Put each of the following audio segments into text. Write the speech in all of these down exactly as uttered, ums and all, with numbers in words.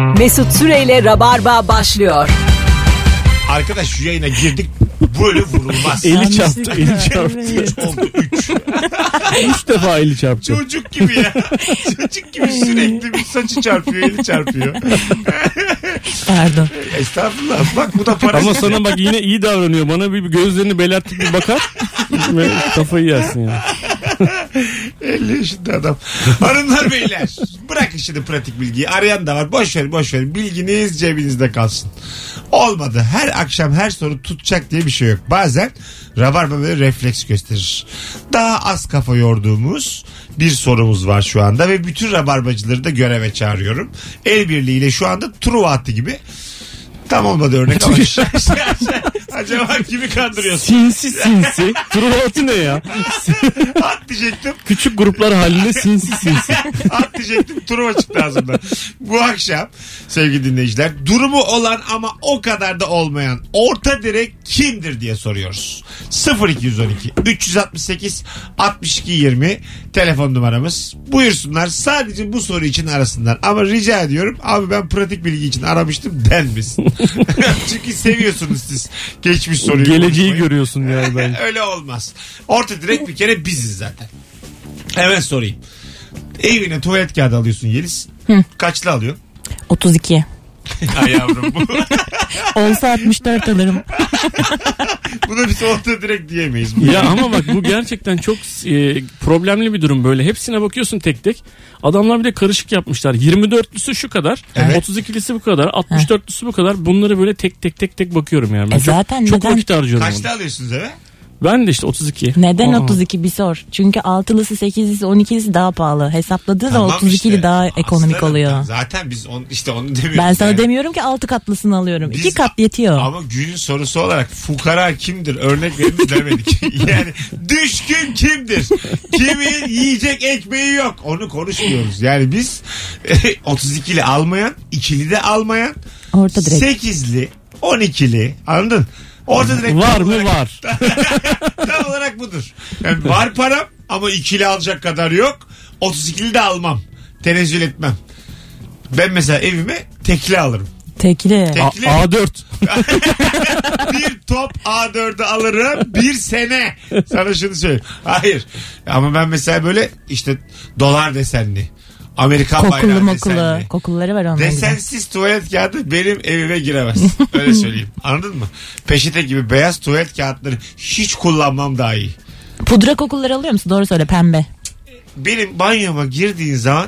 Mesut Süreyle Rabarba başlıyor. Arkadaş şu yayına girdik, böyle vurulmaz. Eli çarptı, eli çarptı. Üç oldu, üç. Üç defa eli çarptı. Çocuk gibi ya. Çocuk gibi sürekli bir saçı çarpıyor, eli çarpıyor. Pardon. Estağfurullah. Bak bu da para. Ama sana bak yine iyi davranıyor. Bana bir gözlerini belertip bir bakar. Ve kafayı yersin yani. elli yaşında adam. Hanımlar beyler, bırakın şimdi pratik bilgiyi. Arayan da var. Boş verin, boş verin. Bilginiz cebinizde kalsın. Olmadı. Her akşam her soru tutacak diye bir şey yok. Bazen Rabarba böyle refleks gösterir. Daha az kafa yorduğumuz bir sorumuz var şu anda ve bütün Rabarbacıları da göreve çağırıyorum. El birliğiyle şu anda Truva hattı gibi. Tam olmadı örnek ama acaba kimi kandırıyorsun? Sinsi sinsi. Truvatı ne ya? At diyecektim. Küçük gruplar halinde sinsi sinsi. At diyecektim, Truva çıktı ağzımdan. Bu akşam sevgili dinleyiciler, durumu olan ama o kadar da olmayan orta direk kimdir diye soruyoruz. sıfır iki on iki üç altı sekiz altmış iki yirmi telefon numaramız. Buyursunlar, sadece bu soru için arasınlar. Ama rica ediyorum, abi ben pratik bilgi için aramıştım denmesin. Çünkü seviyorsunuz siz geçmiş soruyu. Geleceği konuşmayı. görüyorsun yani ben. Öyle olmaz. Orta direkt bir kere biziz zaten. Hemen sorayım. Evine tuvalet kağıdı alıyorsun Yeliz. Hı. Kaçlı alıyor? otuz iki. Ay yavrum bu. Olsa altmış dört alırım. Buna biz orta direkt diyemeyiz. Bu. Ya ama bak bu gerçekten çok e, problemli bir durum böyle. Hepsine bakıyorsun tek tek. Adamlar bir de karışık yapmışlar. yirmi dörtlüsü şu kadar, Evet. otuz ikilisi bu kadar, altmış dörtlüsü bu kadar. Bunları böyle tek tek tek tek bakıyorum yani. Ben E çok, zaten çok neden- vakit harcıyorum. Kaçta onu. alıyorsunuz eve? Ben de işte otuz iki. Neden Aa. otuz iki bir sor. Çünkü altılısı, sekizlisi, on ikilisi daha pahalı. Hesapladığı Tamam da otuz ikili işte. daha ekonomik Aslanım, oluyor. Zaten biz on, işte onu demiyoruz. Ben sana yani. demiyorum ki altı katlısını alıyorum. Biz- İki kat yetiyor. Ama günün sorusu olarak fukara kimdir? Örnek veriniz demedik. Yani düşkün kimdir? Kimin yiyecek ekmeği yok? Onu konuşmuyoruz. Yani biz otuz ikili almayan, ikili de almayan, Orta direkt. sekizli, on ikili, anladın? Orta direkt Var tam mı olarak- var. Tam olarak budur. Yani var param ama ikili alacak kadar yok. otuz ikili de almam. Tenezzül etmem. Ben mesela evime tekli alırım. Tekli. Tek- A- A dört. Bir top A dördü alırım bir sene. Sana şunu söyleyeyim. Hayır. Ama ben mesela böyle işte dolar desenli, Amerikan Kokulu bayrağı mokulu. desenli, Kokulları var onların. desensiz tuvalet kağıdı benim evime giremez. Öyle söyleyeyim. Anladın mı? Peçete gibi beyaz tuvalet kağıtları hiç kullanmam daha iyi. Pudra kokulları alıyor musun? Doğru söyle, pembe. Benim banyoma girdiğin zaman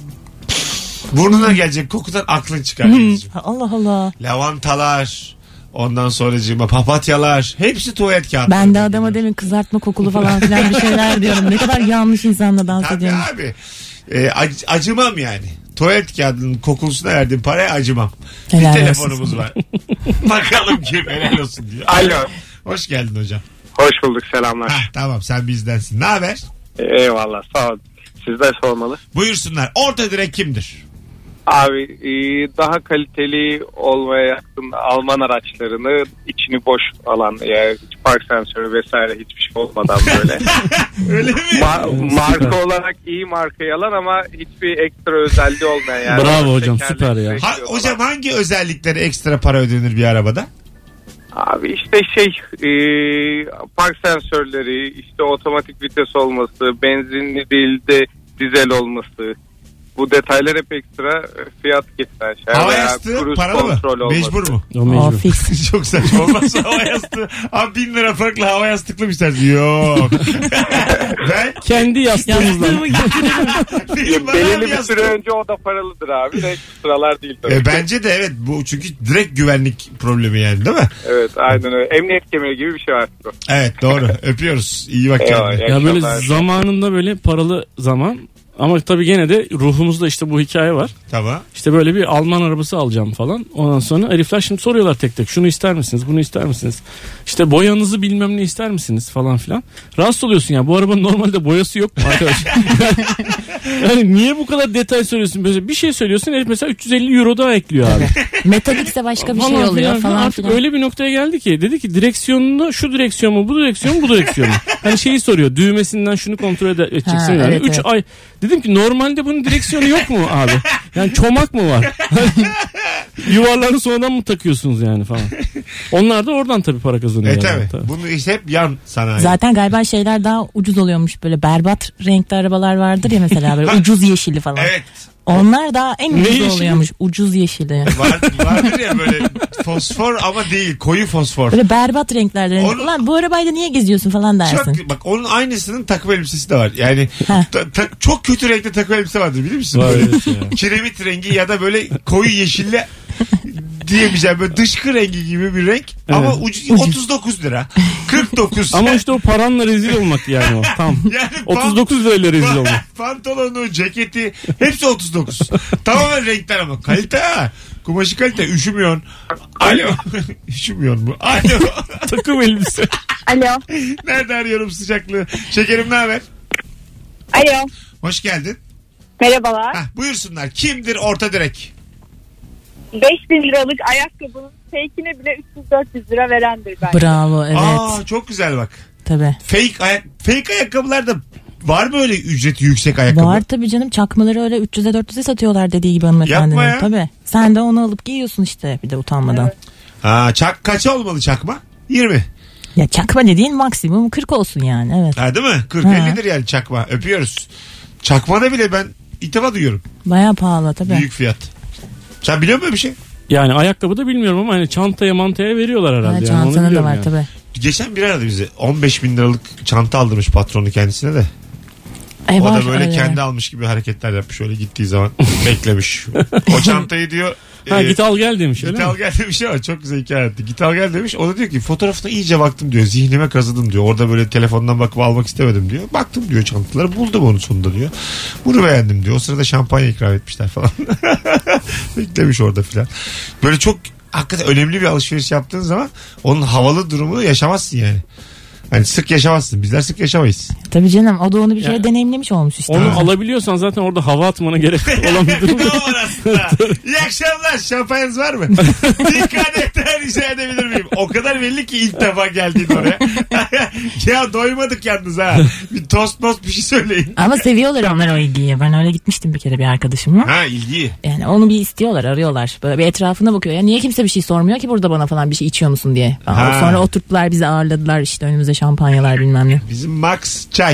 burnuna gelecek kokudan aklın çıkar. Denizciğim. Allah Allah. Lavantalar, ondan sonracığıma papatyalar, hepsi tuvalet kağıtları. Ben de adama demin kızartma kokulu falan filan bir şeyler diyorum. Ne kadar yanlış insanla dans Tabii ediyorum. abi. Ee, ac- acımam yani. Tuvalet kağıdının kokusuna verdiğim paraya acımam. Helal bir olsun. telefonumuz var. Bakalım kim helal olsun diyor. Alo. Hoş geldin hocam. Hoş bulduk, selamlar. Hah, tamam sen bizdensin. Ne haber? Eyvallah, sağ ol. Sizden sormalı. Buyursunlar. Orta direk kimdir? Abi e, daha kaliteli olmaya yakın Alman araçlarını içini boş alan, yani park sensörü vesaire hiçbir şey olmadan böyle. Öyle mi? Ma- marka olarak iyi markayı alan ama hiçbir ekstra özelliği olmayan yani. Bravo hocam, Tekerlek süper ya. Ha, değişiyor hocam falan. hangi özelliklere ekstra para ödenir bir arabada? Abi işte şey e, park sensörleri, işte otomatik vites olması, benzinli değil de dizel olması. Bu detaylar hep ekstra fiyat getiren şeyler. Hava Veya yastığı cruise paralı mı? kontrol olması. Mecbur mu? O O mecbur. fix. Çok saçma olmazsa hava yastığı. Abi bin lira farklı hava yastıklı mı istersin? Yok. ben Kendi yastığımızla. benim bana Belirli abi bir yastığı. süre önce o da paralıdır abi. De şu sıralar değil tabii. E, bence de evet, bu çünkü direkt güvenlik problemi yani, değil mi? Evet, aynen öyle. Emniyet kemeri gibi bir şey artık o. Evet doğru. Öpüyoruz. İyi bak Eyvallah, kendine. iyi Ya böyle akşamlar. zamanında böyle paralı zaman. Ama tabii gene de ruhumuzda işte bu hikaye var. Tamam. İşte böyle bir Alman arabası alacağım falan. Ondan sonra herifler şimdi soruyorlar tek tek. Şunu ister misiniz? Bunu ister misiniz? İşte boyanızı bilmem ne ister misiniz? Falan filan. Rahatsız oluyorsun ya. Bu arabanın normalde boyası yok mu arkadaş? Yani niye bu kadar detay söylüyorsun? Böyle bir şey söylüyorsun. Herif mesela üç yüz elli euro daha ekliyor abi. Metalikse başka bir şey Falan oluyor filan. falan Artık filan. öyle bir noktaya geldi ki. Dedi ki direksiyonunu şu direksiyon mu? Bu direksiyon mu? Bu direksiyon mu? Hani şeyi soruyor. Düğmesinden şunu kontrol ede- edeceksin. Ha, yani. evet, üç evet. ay. Dedim Dedim ki normalde bunun direksiyonu yok mu abi? Yani çomak mı var? Yuvarlarını sonradan mı takıyorsunuz yani falan. Onlar da oradan tabii para kazanıyor. E yani. tabii. tabii. Bunu işte hep yan sanayi. Zaten galiba şeyler daha ucuz oluyormuş, böyle berbat renkli arabalar vardır ya mesela, böyle ucuz yeşili falan. Evet. Onlar da en Ne ucuz yeşili? oluyormuş, ucuz yeşili. Var, vardır ya böyle fosfor ama değil, koyu fosfor. Böyle berbat renklerden. Onu- Ulan bu arabayla niye geziyorsun falan dersin. Çok, bak onun aynısının takım elbisesi de var. Yani Heh. ta- ta- çok kötü renkte takım elbise vardır, bilir misin? Var, Böyle evet ya. kiremit rengi ya da böyle koyu yeşille diyemeyeceğim, böyle dışkı rengi gibi bir renk ama ucuz, otuz dokuz lira, kırk dokuz. Ama işte o paranla rezil olmak yani o. Tam. Yani otuz dokuz lirayla rezil olmak. pantolonu, ceketi hepsi otuz dokuz. Tamamen renkler ama kalite ha. Kumaşı kalite, üşümüyorsun. Alo. Üşümüyorsun mu? Alo. Takım elbise. Alo. Nerede arıyorum sıcaklığı? Şekerim ne haber? Alo. Hoş geldin. Merhabalar. Hah, buyursunlar. Kimdir orta direk? beş bin liralık ayakkabının fake'ine bile üç yüz dört yüz lira verendir bence. Bravo, evet. Aa, çok güzel bak. Tabii. Fake ayak fake ayakkabılarda var mı öyle ücreti yüksek ayakkabı? Var tabii canım, çakmaları öyle üç yüze dört yüze satıyorlar dediği gibi hanımefendinin. Yapma ya. Tabii. Sen de onu alıp giyiyorsun işte bir de utanmadan. Evet. Ha, çak kaça olmalı çakma? yirmi. Ya çakma dediğin maksimum kırk olsun yani, evet. Ha, değil mi? kırk Ha. ellidir yani çakma. Öpüyoruz. Çakmada bile ben iltifa duyuyorum. Bayağı pahalı tabii. Büyük fiyat. Sen biliyor musun bir şey? Yani ayakkabı da bilmiyorum ama hani çantaya mantaya veriyorlar herhalde. Ha, yani. Onu çantanın da biliyorum var yani. tabii. Geçen biri aradı bizi. on beş bin liralık çanta aldırmış patronu kendisine de. E, O var da böyle öyle. kendi almış gibi hareketler yapmış. Öyle gittiği zaman beklemiş. O çantayı diyor. Ha, e, git al gel demiş öyle Git al mi? gel demiş ama çok güzel hikaye etti. Git al gel demiş. O da diyor ki fotoğrafına iyice baktım diyor. Zihnime kazıdım diyor. Orada böyle telefondan bakıp almak istemedim diyor. Baktım diyor çantaları, buldum onu sonunda diyor. Bunu beğendim diyor. O sırada şampanya ikram etmişler falan. Beklemiş orada filan. Böyle çok hakikaten önemli bir alışveriş yaptığın zaman onun havalı durumunu yaşamazsın yani. Hani sık yaşamazsın. Bizler sık yaşamayız. Tabii canım, o da onu bir kere Ya. deneyimlemiş olmuş işte. Onu alabiliyorsan zaten orada hava atmana gerek olan bir durum. Ne var aslında? İyi akşamlar. Şampanyanız var mı? Bir kadehten rica edebilir miyim? O kadar belli ki ilk defa geldiğin oraya. Ya doymadık yalnız ha. Bir tost most bir şey söyleyin. Ama seviyorlar onlar o ilgiyi. Ben öyle gitmiştim bir kere bir arkadaşımla. Ha, ilgi. Yani onu bir istiyorlar, arıyorlar. Böyle bir etrafına bakıyor. Ya niye kimse bir şey sormuyor ki burada bana falan, bir şey içiyor musun diye. Ha. Sonra oturttular, bizi ağırladılar, işte önümüze şampanyalar bilmem ne. Bizim Max Çay.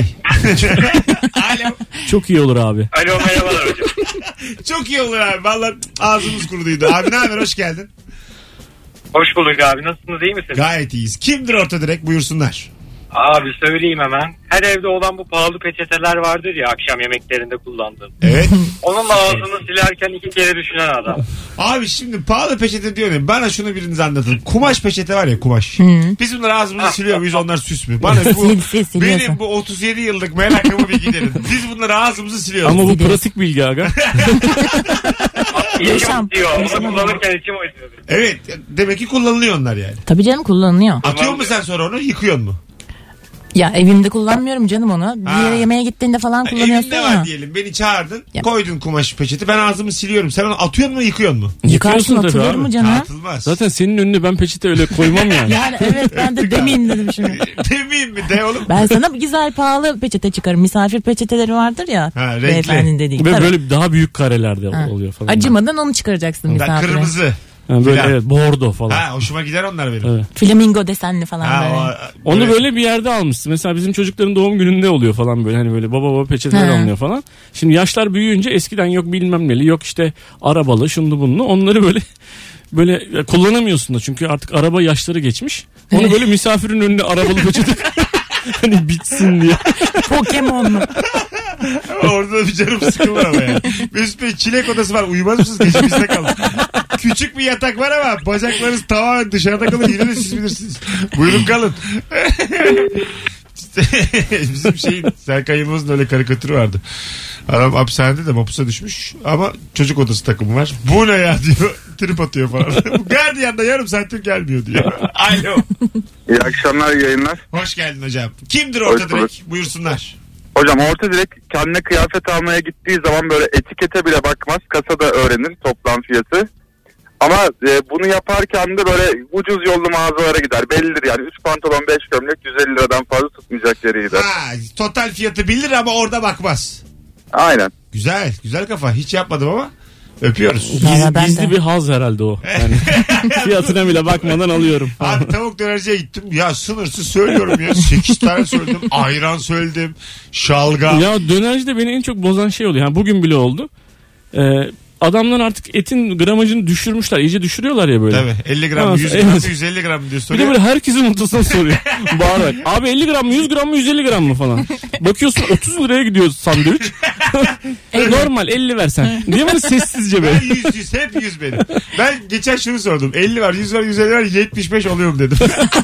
Alo. Çok iyi olur abi. Alo, merhabalar hocam. Çok iyi olur abi. Vallahi ağzımız kuruduydu. Abi ne haber? Hoş geldin. Hoş bulduk abi. Nasılsınız, iyi misiniz? Gayet iyiyiz. Kimdir orta direkt? Buyursunlar. Abi söyleyeyim hemen. Her evde olan bu pahalı peçeteler vardır ya, akşam yemeklerinde kullandığım. Evet. Onun ağzını silerken iki kere düşünen adam. Abi şimdi pahalı peçete diyor ya. Bana şunu biriniz anlatın. Kumaş peçete var ya, kumaş. Biz bunları ağzımızı siliyor muyuz? Onlar süs mü? Bana bu Sil, sil, siliyorsun. benim bu otuz yedi yıllık merakımı bir giderin. Biz bunları ağzımızı siliyoruz. Ama bu Biliyorsun. pratik bilgi aga. İçim Yaşam. diyor. Onu Yaşam. kullanırken içim acıyor. Evet. Demek ki kullanılıyor onlar yani. Tabii canım, kullanılıyor. Atıyor mu sen sonra onu? Yıkıyor mu? Ya evimde kullanmıyorum canım onu. Bir Ha. yere yemeğe gittiğinde falan kullanıyorsun Evinde var ya. diyelim. Beni çağırdın. Ya. Koydun kumaş peçeti. Ben ağzımı siliyorum. Sen onu atıyor mu, yıkıyor mu? Yıkarsın, tabii atılır abi. mı canım? Atılmaz. Zaten senin önüne ben peçete öyle koymam yani. Yani evet, ben de demeyeyim dedim şimdi. Demeyeyim mi? De oğlum. Ben sana bir güzel pahalı peçete çıkarım. Misafir peçeteleri vardır ya. Ha, renkli. Beyefendinin dediği. Ve Tabii. böyle daha büyük karelerde Ha. oluyor falan. Acımadan onu çıkaracaksın Ben misafire. kırmızı. Yani böyle Filan. evet bordo falan. Ha, hoşuma gider onlar benim. Evet. Flamingo desenli falan Ha, böyle. o, Onu böyle bir yerde almışsın. Mesela bizim çocukların doğum gününde oluyor falan böyle. Hani böyle baba baba peçeteler Ha. alınıyor falan. Şimdi yaşlar büyüyünce eskiden yok bilmem neli, yok işte arabalı, şunlu bunlu. Onları böyle böyle kullanamıyorsun da. Çünkü artık araba yaşları geçmiş. Onu böyle misafirin önüne arabalı peçete hani bitsin diye. Pokemon'lu. Orada bir canım sıkılır ama yani. Mesut Bey, çilek odası var. Uyumaz mısınız? Gece bizde kalın. Küçük bir yatak var ama bacaklarınız tamamen dışarıda kalır. Yine de siz bilirsiniz. Buyurun kalın. Bizim şeyin, Serkan Yılmaz'ın öyle karikatürü vardı. Adam hapishanede de mapusa düşmüş ama çocuk odası takımı var. Bu ne ya diyor. Trip atıyor falan. Gardiyan da yarım saattir gelmiyor diyor. Alo. İyi akşamlar, yayınlar. Hoş geldin hocam. Kimdir orta Hoş bulduk. direkt? Buyursunlar. Hocam orta direkt kendine kıyafet almaya gittiği zaman böyle etikete bile bakmaz. Kasada öğrenir toplam fiyatı. Ama e, bunu yaparken de böyle ucuz yollu mağazalara gider. Bellidir yani üç pantolon beş gömlek yüz elli liradan fazla tutmayacak yere gider. Ha, total fiyatı bilir ama orada bakmaz. Aynen. Güzel. Güzel kafa. Hiç yapmadım ama öpüyoruz. Valla Giz, ben gizli de. bir haz herhalde o. Yani fiyatına bile bakmadan alıyorum. Abi tavuk dönerciye gittim. Ya sınırsız söylüyorum ya. sekiz tane söyledim. Ayran söyledim. Şalgam. Ya dönercide beni en çok bozan şey oluyor. Yani bugün bile oldu. Ee, adamlar artık etin gramajını düşürmüşler. İyice düşürüyorlar ya böyle. Tabii elli gram, Ha, yüz gram, evet. yüz elli gram diye Bir de soruyor. böyle herkesin ortasına soruyor. Bağırarak. Abi elli gram mı, yüz gram mı, yüz elli gram mı falan. Bakıyorsun otuz liraya gidiyor sandviç. Normal elli versen. Diye böyle sessizce böyle. Ben yüz yüz hep yüz benim. Ben geçen şunu sordum. elli var, yüz var, yüz elli var, yetmiş beş oluyorum dedim.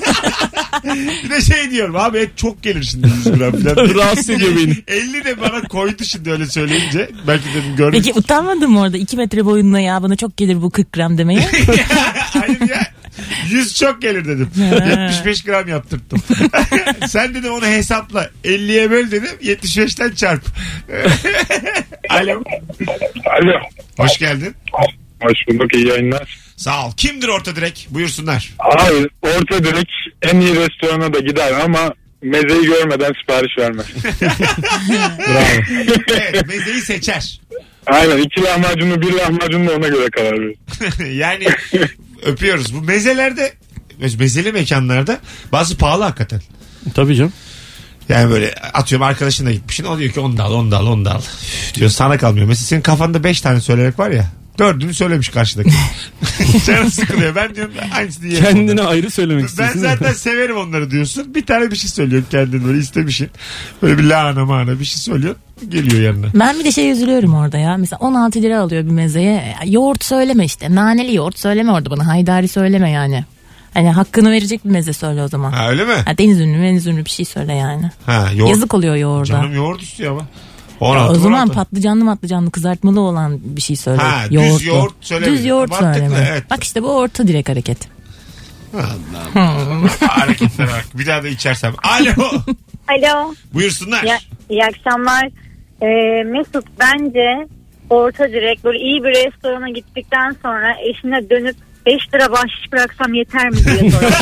Bir de şey diyorum abi et çok gelir şimdi yüz gram falan. Rahatsız ediyor beni. elli de bana koydu şimdi öyle söyleyince. Belki dedim görmüş. Peki utanmadın mı orada iki metre boyunda ya bana çok gelir bu kırk gram demeye? Hayır ya. yüz çok gelir dedim. yetmiş beş gram yaptırttım. Sen dedim onu hesapla. elliye böl dedim. yetmiş beşten çarp. Alo. Alo. Hoş geldin. Hoş bulduk, iyi yayınlar. Sağ ol. Kimdir orta direk? Buyursunlar. Abi orta direkt en iyi restorana da gider ama mezeyi görmeden sipariş vermez. Bravo. Evet, mezeyi seçer. Aynen, iki lahmacunlu bir lahmacunlu ona göre karar verir. Yani öpüyoruz. Bu mezelerde, mezeli mekanlarda bazı pahalı hakikaten. Tabii canım. Yani böyle atıyorum arkadaşınla gitmişsin. O diyor ki onu da al, onu da al, onu da al. Üf, diyor sana kalmıyor. Mesela senin kafanda beş tane söylemek var ya. Dördünü söylemiş karşıdaki. Canım sıkılıyor. Ben diyorum aynısını yiyelim. Kendine ayrı söylemek Ben istiyorsun. zaten severim onları diyorsun. Bir tane bir şey söylüyorsun kendin böyle istemişsin. Böyle bir lahana mahana bir şey söylüyorsun. Geliyor yanına. Ben bir de şey üzülüyorum orada ya. Mesela on altı lira alıyor bir mezeye. Yoğurt söyleme işte. Naneli yoğurt söyleme orada bana. Haydari söyleme yani. Hani hakkını verecek bir meze söyle o zaman. Ha öyle mi? Ha, deniz ünlü, deniz ünlü bir şey söyle yani. Ha, yoğurt. Yazık oluyor yoğurda. Canım yoğurt istiyor ama. Ya on altı, o zaman on altı. patlıcanlı matlıcanlı kızartmalı olan bir şey söyle. Ha, düz Yoğurtlu. yoğurt söyleme. Düz yoğurt Mantıklı, söyleme. evet. Bak işte bu orta direk hareket. Allah'ım. Hareketlere bak. Bir daha da içersem. Alo. Alo. Buyursunlar. Ya, iyi akşamlar. Ee, Mesut bence orta direkt böyle iyi bir restorana gittikten sonra eşine dönüp beş lira bahşiş bıraksam yeter mi diye sorar.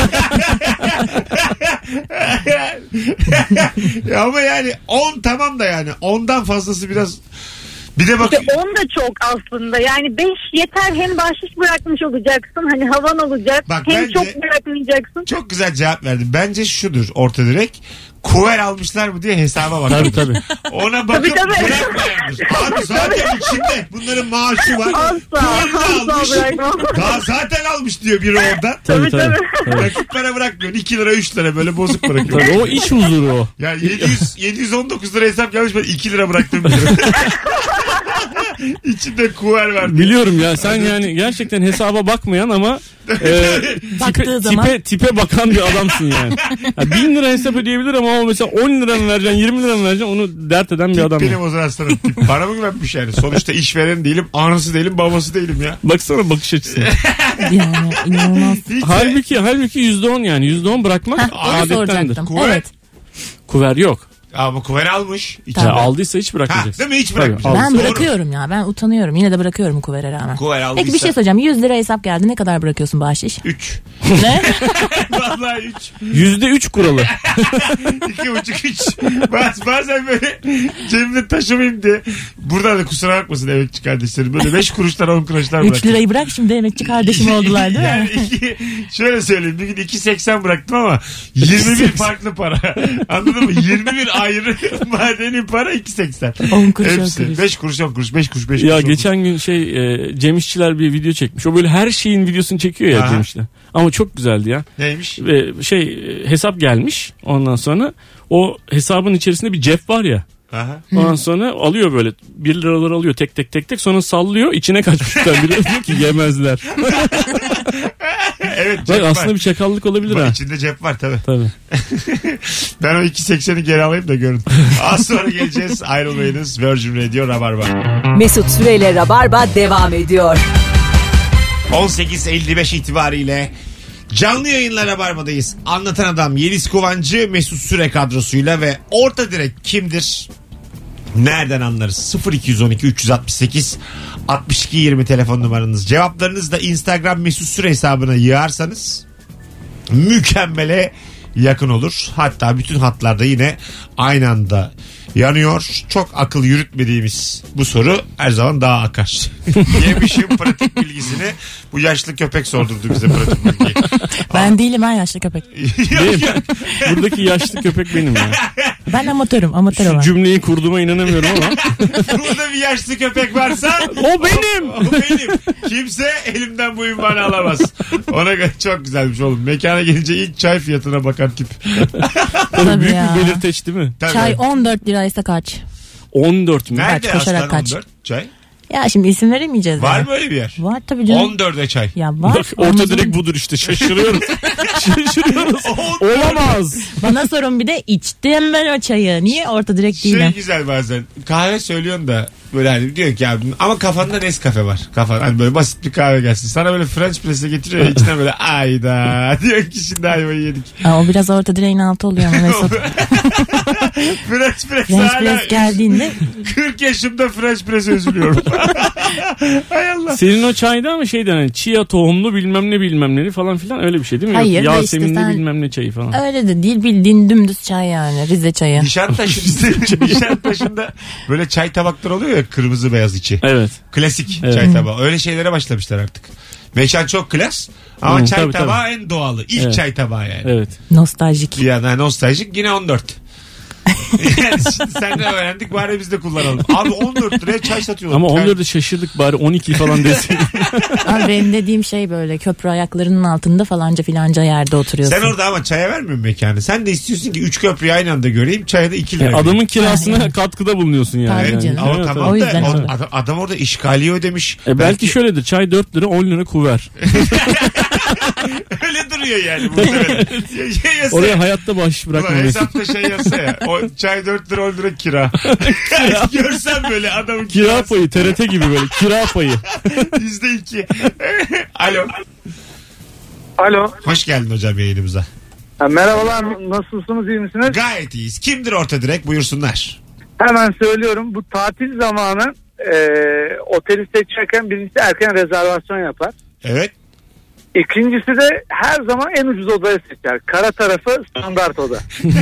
Ya ama yani on tamam da yani ondan fazlası biraz bir de bak. İşte on da çok aslında. Yani beş yeter, hem bahşiş bırakmış olacaksın. Hani havan olacak. Bak hem bence- çok bırakmayacaksın. Çok güzel cevap verdim. Bence şudur orta direk. Kuver almışlar mı diye hesaba bak. Tabii tabii. Ona bakıp Tabii, tabii. bırakmayandır. Abi zaten içinde bunların maaşı var. Asla, Kuverini asla almış. bırakmam. Daha zaten almış diyor biri oradan. Tabii tabii. tabii. Nakit para bırakmıyorsun. iki lira üç lira böyle bozuk bırakıyor. Tabii, o iç huzuru o. Ya yedi yüz, yedi yüz on dokuz lira hesap gelmiş, ben iki lira bıraktım diyor. İçinde kuver verdi. Biliyorum ya, sen yani gerçekten hesaba bakmayan ama e, tipe, Baktığı zaman- tipe, tipe bakan bir adamsın yani. Ya bin lira hesap ödeyebilir ama o mesela on lira mı vereceksin, yirmi lira mı vereceksin, onu dert eden bir Tip adam. benim Yani. o zaman sana. Tip bana mı güvenmiş yani? Sonuçta işveren değilim, anası değilim, babası değilim ya. Baksana bakış açısına. Yani inanılmaz. Hiç halbuki halbuki yüzde on yani yüzde on bırakmak Heh, onu adettendir. soracaktım. Kuver- Evet. Kuver yok. Ama kuver almış. Ya Tabii. aldıysa hiç Ha, bırakmayacaksın. değil mi? Hiç Tabii, bırakmış. al. Ben Doğru. bırakıyorum ya. Ben utanıyorum. Yine de bırakıyorum kuvere rağmen. Kuver aldıysa. Peki bir şey söyleyeceğim. yüz lira hesap geldi. Ne kadar bırakıyorsun bahşiş? üç. Ne? Vallahi üç. Yüzde üç kuralı. iki buçuk üç. Baz, bazen böyle cebimde taşımayayım diye. Buradan da kusura bakmasın emekçi kardeşlerim. Böyle beş kuruşlar on kuruşlar üç bırakıyorum. lirayı bırak şimdi emekçi kardeşim oldular değil mi? Yani iki, şöyle söyleyeyim, bir gün iki seksen bıraktım ama yirmi bir farklı para. Anladın mı? yirmi bir ayrı madeni para, iki seksen. on kuruş on Hepsi. kuruş. beş kuruş on kuruş beş kuruş beş Ya kuruş. on geçen gün şey e, Cem İşçiler bir video çekmiş. O böyle her şeyin videosunu çekiyor ya Aha. Cem İşçiler. Ama çok güzeldi ya. kuruş. Neymiş? Ve şey e, hesap gelmiş, ondan sonra o hesabın içerisinde bir cep var ya. Aha. Ondan sonra alıyor böyle bir liraları alıyor tek tek tek tek, sonra sallıyor, içine kaçmışlar. Biri diyor ki yemezler. Evet, Bak cep aslında var. bir çakallık olabilir Bak, ha. içinde cep var tabii. Tabii. Ben o iki sekseni geri alayım da görün. Az sonra geleceğiz. Ayrılmayınız. Virgin Radio Rabarba. Mesut Süreyle Rabarba devam ediyor. on sekiz elli beş itibariyle canlı yayınla Rabarba'dayız. Anlatan Adam Yeliz Kovancı, Mesut Süre kadrosuyla ve orta direk kimdir? Nereden anlarız? sıfır iki on iki üç altı sekiz altmış iki yirmi telefon numaranız. Cevaplarınızı da Instagram Mesut Süre hesabına yığarsanız mükemmele yakın olur. Hatta bütün hatlarda yine aynı anda yanıyor. Çok akıl yürütmediğimiz bu soru her zaman daha akar. Yemişim pratik bilgisini. Bu yaşlı köpek sordurdu bize pratik bilgiyi. Ben değilim, ben yaşlı köpek. Değil mi? Buradaki yaşlı köpek benim ya. Ben amatörüm, amatör Şu olan. cümleyi kurduğuma inanamıyorum ama. Burada bir yaşlı köpek varsa O benim. O, o benim. Kimse elimden bu ünvanı alamaz. Ona göre çok güzelmiş oğlum. Mekana gelince ilk çay fiyatına bakan tip. Tabii Büyük ya. bir belirteç değil mi? Tabii. Çay on dört liraysa kaç? on dört mü? Nerede Kaç, koşarak aslan kaç? on dört çay? Ya şimdi isim veremeyeceğiz. Var ya. mı öyle bir yer? Var tabii canım. on dörde çay. Ya var. Bak, orta Olmaz direkt olur. budur işte, şaşırıyoruz. Şaşırıyoruz. Olamaz. Bana sorun bir de içtim ben o çayı. Niye orta direkt Şey değilim? güzel bazen. Kahve söylüyorsun da böyle hani diyor ki abi ama kafanda Nescafe var. Kafan hani böyle basit bir kahve gelsin. Sana böyle French press'e getiriyor ya içine böyle ayda diyor ki şimdi ayvayı yedik. Aa, o biraz orta direğin altı oluyor ama Mesut. French press French hala press geldiğinde kırk yaşımda French press'e üzülüyorum. Hay Allah. Senin o çayda mı şeyden hani chia tohumlu bilmem ne bilmem ne falan filan öyle bir şey değil mi? Hayır, Yok, da işte Yaseminli sen- bilmem ne çayı falan. öyle de değil, bildiğin dümdüz çay yani, Rize çayı. Nişantaşı'nda, Nişantaşı'nda böyle çay tabakları oluyor ya kırmızı beyaz içi. Evet. Klasik Evet. çay tabağı. Öyle şeylere başlamışlar artık. Mekan çok klas ama Hı, çay tabii, tabağı en doğalı. İlk Evet. çay tabağı yani. Evet. Nostaljik. Yani nostaljik yine on dört. Yani şimdi sen de öğrendik bari biz de kullanalım. Abi on dört liraya çay satıyorlar. Ama on dörde şaşırdık, bari on iki falan desin. Abi benim dediğim şey böyle köprü ayaklarının altında falanca filanca yerde oturuyorsun. Sen orada ama çaya vermiyorsun mekanı. Sen de istiyorsun ki üç köprüyü aynı anda göreyim. Çaya da iki lira. Yani vereyim. adamın kirasına Ha, yani. katkıda bulunuyorsun yani. Tabii Yani. canım. Ama Evet, tamam O da yüzden o- öyle. adam, adam orada işgaliye ödemiş. E belki şöyledir, çay dört lira on lira kuver. Öyle duruyor yani. muhtemelen. Ya- ya- yasa- Oraya hayatta bahşiş Ulan bırakmamış. hesapta şey yazsa ya. O çay dört lira on lira kira. Görsen böyle adamın Kira kirası. payı, T R T gibi böyle kira payı. Yüzde iki. Alo. Alo. Hoş geldin hocam yayınımıza. Ha, merhabalar, nasılsınız, iyi misiniz? Gayet iyiyiz. Kimdir orta direkt buyursunlar. Hemen söylüyorum, bu tatil zamanı e, oteli seçerken birincisi erken rezervasyon yapar. Evet. İkincisi de her zaman en ucuz odayı seçer. Kara tarafı standart oda.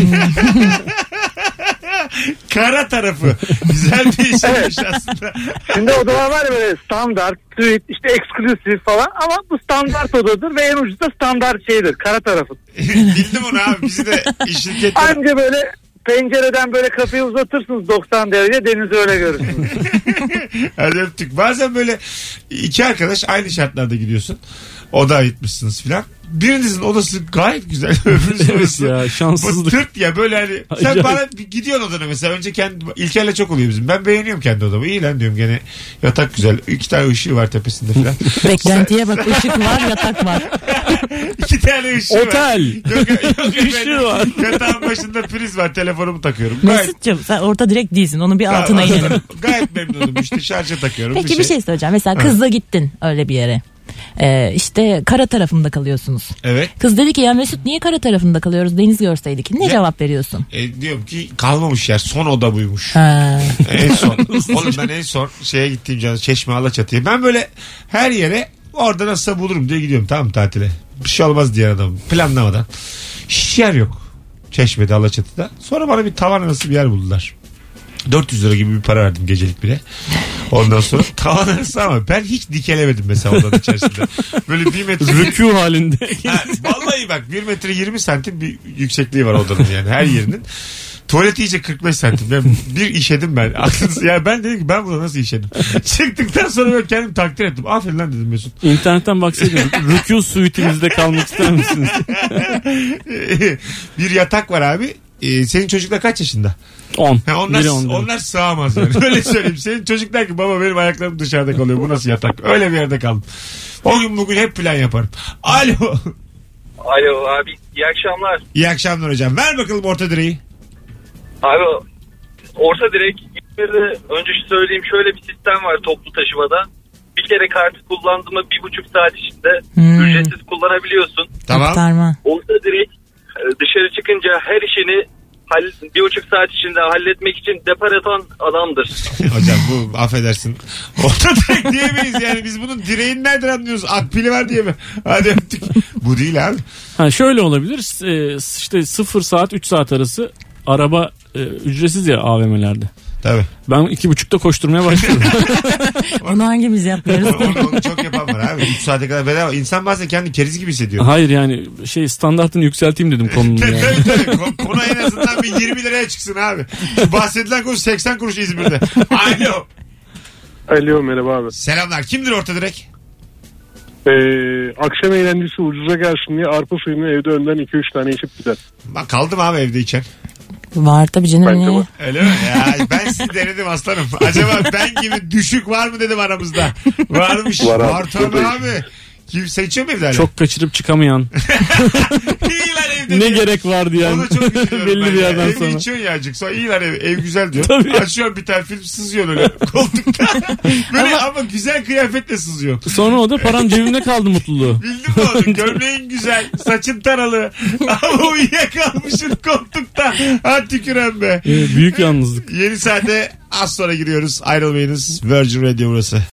Kara tarafı. Güzel bir işmiş aslında. Şimdi odalar var ya böyle standart, suite, işte eksklusif falan ama bu standart odadır ve en ucuz da standart şeydir. Kara tarafı. Bildim onu abi. Bizi de şirkette... Anca böyle pencereden böyle kafayı uzatırsınız doksan derece, denizi öyle görürsünüz. Hadi öptük. Bazen böyle iki arkadaş aynı şartlarda gidiyorsun. Oda ayırtmışsınız filan. Birinizin odası gayet güzel. Öbürünüzün Evet odası ya, bu şanssızlık. tırt ya böyle hani. Sen Acayip. bana bir gidiyorsun odana mesela. Önce kendi İlker'le çok oluyor bizim. Ben beğeniyorum kendi odamı. İyi lan diyorum gene. Yatak güzel. İki tane ışığı var tepesinde filan. Beklentiye bak, ışık var, yatak var. İki tane ışığı var. Otel. Yok, yok, Işığı var. Yatağın başında priz var. Telefonumu takıyorum. Gayet, Mesut'cum sen orta direkt değilsin, onun bir altına inelim. gayet memnunum. İşte şarja takıyorum. Peki bir şey söyleyeceğim. Mesela kızla gittin öyle bir yere. Ee, işte kara tarafında kalıyorsunuz. Evet. Kız dedi ki ya Mesut niye kara tarafında kalıyoruz, deniz görseydik. Ne Ya- cevap veriyorsun? E, diyorum ki kalmamış yer. Son oda buymuş. Ha. En son. Oğlum ben en son şeye gittiğim canım Çeşme Alaçatı'ya. Ben böyle her yere orada nasılsa bulurum diye gidiyorum, tamam mı, tatile. Bir şey olmaz diğer adamım. Planlamadan. Hiç yer yok. Çeşme'de, Alaçatı'da. Sonra bana bir tavan arası bir yer buldular. dört yüz lira gibi bir para verdim gecelik bile. Ondan sonra tavan arası ama ben hiç dikelemedim mesela odanın içerisinde. Böyle bir metre. Rükû halinde. Ha, vallahi bak bir metre yirmi santim bir yüksekliği var odanın yani her yerinin. Tuvalet iyice kırk beş santim. Yani bir işedim ben. Aklınız, yani ben dedim ki ben burada nasıl işedim. Çıktıktan sonra ben kendim takdir ettim. Aferin lan dedim Mesut. İnternetten baksaydın Rükû suite'imizde kalmak ister misiniz? Bir yatak var abi. Ee, senin çocuklar kaç yaşında? on. Ha, onlar, Biri on. onlar sığamaz yani. Öyle söyleyeyim. Senin çocuk der ki baba benim ayaklarım dışarıda kalıyor. Bu nasıl yatak? Öyle bir yerde kaldım. O gün bugün hep plan yaparım. Alo. Alo abi, iyi akşamlar. İyi akşamlar hocam. Ver bakalım orta direği. Abi orta direkt İzmir'de önce şu söyleyeyim, şöyle bir sistem var toplu taşımada. Bir kere kartı kullandın mı bir buçuk saat içinde Hmm. ücretsiz kullanabiliyorsun. Tamam. Aktarma. Orta direkt e, dışarı çıkınca her işini hall- bir buçuk saat içinde halletmek için depar atan adamdır. Hocam bu affedersin. Orta direk diyemeyiz yani. Biz bunun direğini nereden anlıyoruz? Akpili var diye mi? Hadi öptük. Bu değil abi. Ha şöyle olabilir. e, işte sıfır saat üç saat arası araba e, ücretsiz ya A V M'lerde. Tabii. Ben iki buçukta koşturmaya başladım. Onu hangimiz yapmıyoruz? onu, onu çok yapan var abi. üç saate kadar bedava. İnsan bazen kendini keriz gibi hissediyor. Hayır yani şey standartını yükselteyim dedim konunun yani. Tabii tabii. Konu en azından bir yirmi liraya çıksın abi. Şu bahsedilen kuruş seksen kuruş İzmir'de. Alo. Alo merhaba abi. Selamlar. Kimdir orta direk? Ee, akşam eğlencesi ucuza gelsin diye arpa suyunu evde önden iki üç tane içip gider. Bak kaldım abi evde içen. Var tabii canım. Bence Ne? var. Öyle mi? Ya ben sizi denedim aslanım. Acaba ben gibi düşük var mı dedim aramızda. Varmış. Var abi. Var tabii abi. Kimse içiyor mu evde hala? Çok kaçırıp çıkamayan. İyi lan evde. Ne diyor. gerek vardı yani. Ona çok üzülüyorum Belli ben bir ya. yerden Evi sonra. içiyorsun ya azıcık. Sonra iyi lan ev, ev güzel diyor. Tabii. Açıyorsun bir tane film sızıyorsun öyle koltukta. Böyle ama, ama güzel kıyafetle sızıyorsun. Sonra o da paran cebimde kaldı mutluluğu. Bildin mi onu? Gömleğin güzel, saçın taralı. Ama uyuyakalmışsın koltukta. Ha tüküren be. Ee, büyük yalnızlık. Yeni saate az sonra giriyoruz. Ayrılmayınız. Virgin Radio burası.